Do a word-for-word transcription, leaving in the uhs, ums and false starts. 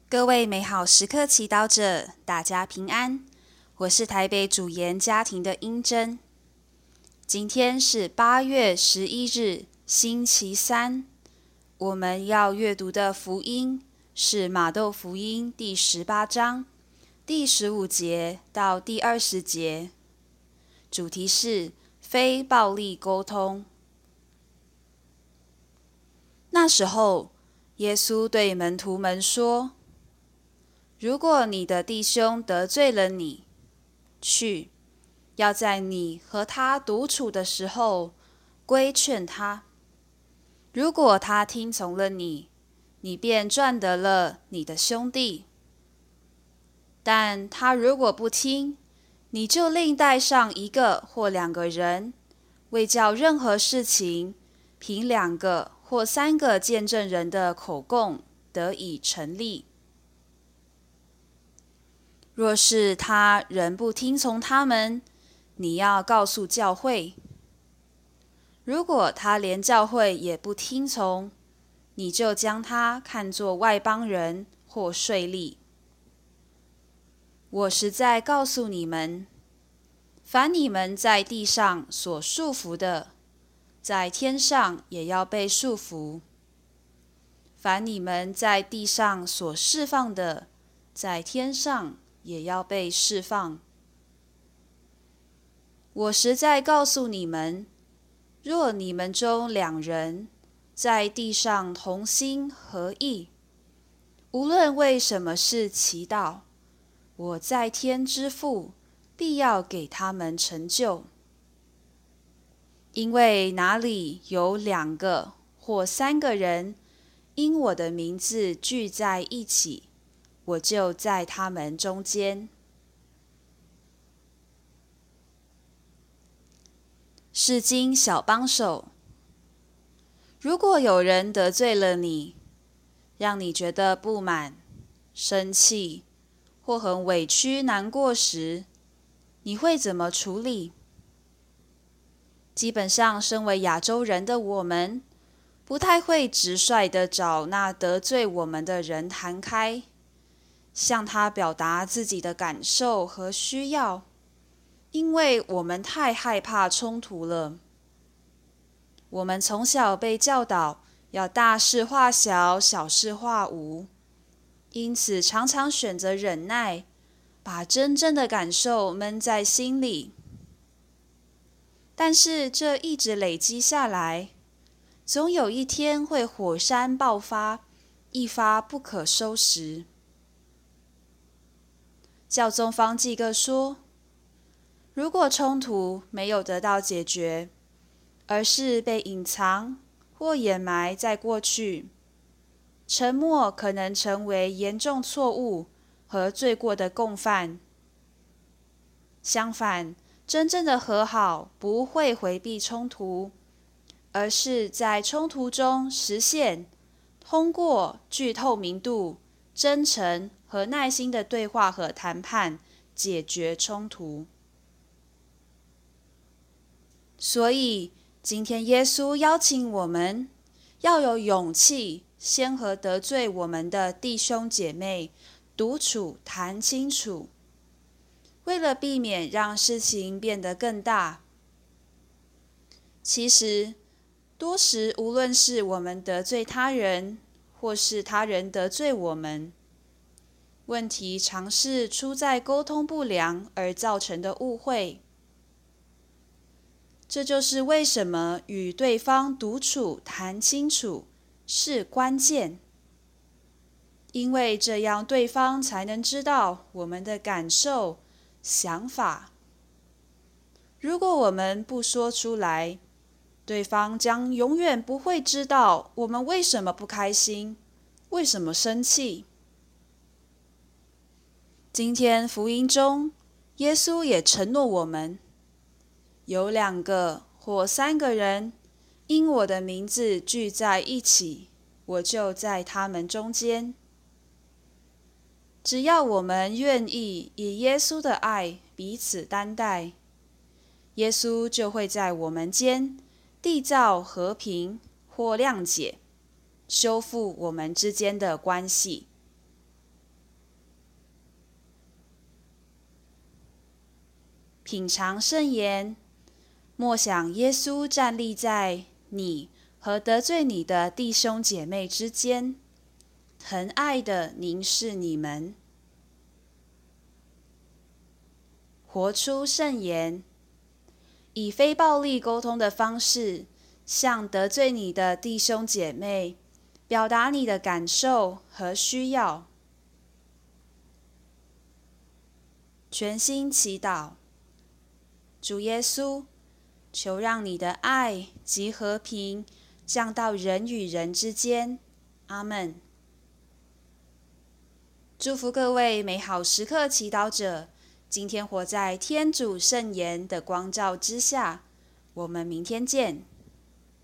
各位美好时刻祈祷者，大家平安。我是台北主研家庭的英珍。今天是八月十一日，星期三。我们要阅读的福音是马窦福音第十八章第十五节到第二十节，主题是非暴力沟通。那时候，耶稣对门徒们说：如果你的弟兄得罪了你，去，要在你和他独处的时候规劝他。如果他听从了你，你便赚得了你的兄弟。但他如果不听，你就另带上一个或两个人，为叫任何事情凭两个或三个见证人的口供得以成立。若是他仍不听从他们，你要告诉教会。如果他连教会也不听从，你就将他看作外邦人或税吏。我实在告诉你们，凡你们在地上所束缚的，在天上也要被束缚；凡你们在地上所释放的，在天上也要被释放。我实在告诉你们，若你们中两人在地上同心合意，无论为什么事祈祷，我在天之父必要给他们成就。因为哪里有两个或三个人因我的名字聚在一起，我就在他们中间。释经小帮手。如果有人得罪了你，让你觉得不满、生气或很委屈难过时，你会怎么处理？基本上，身为亚洲人的我们，不太会直率地找那得罪我们的人谈开，向他表达自己的感受和需要，因为我们太害怕冲突了。我们从小被教导要大事化小，小事化无，因此常常选择忍耐，把真正的感受闷在心里。但是这一直累积下来，总有一天会火山爆发，一发不可收拾。教宗方济各说，如果冲突没有得到解决，而是被隐藏或掩埋在过去，沉默可能成为严重错误和罪过的共犯。相反，真正的和好不会回避冲突，而是在冲突中实现通过具透明度、真诚和耐心的对话和谈判解决冲突。所以今天耶稣邀请我们要有勇气，先和得罪我们的弟兄姐妹独处谈清楚，为了避免让事情变得更大。其实多时无论是我们得罪他人，或是他人得罪我们，问题常是出在沟通不良而造成的误会。这就是为什么与对方独处谈清楚是关键，因为这样对方才能知道我们的感受、想法。如果我们不说出来，对方将永远不会知道我们为什么不开心，为什么生气。今天福音中，耶稣也承诺我们，有两个或三个人因我的名字聚在一起，我就在他们中间。只要我们愿意以耶稣的爱彼此担待，耶稣就会在我们间缔造和平或谅解，修复我们之间的关系。 品尝圣言，默想耶稣站立在你和得罪你的弟兄姐妹之间，疼爱地凝视你们。活出圣言，以非暴力沟通的方式，向得罪你的弟兄姐妹表达你的感受和需要。全心祈祷，主耶稣，求让你的爱及和平降到人与人之间。阿们。祝福各位美好时刻祈祷者，今天活在天主圣言的光照之下。我们明天见。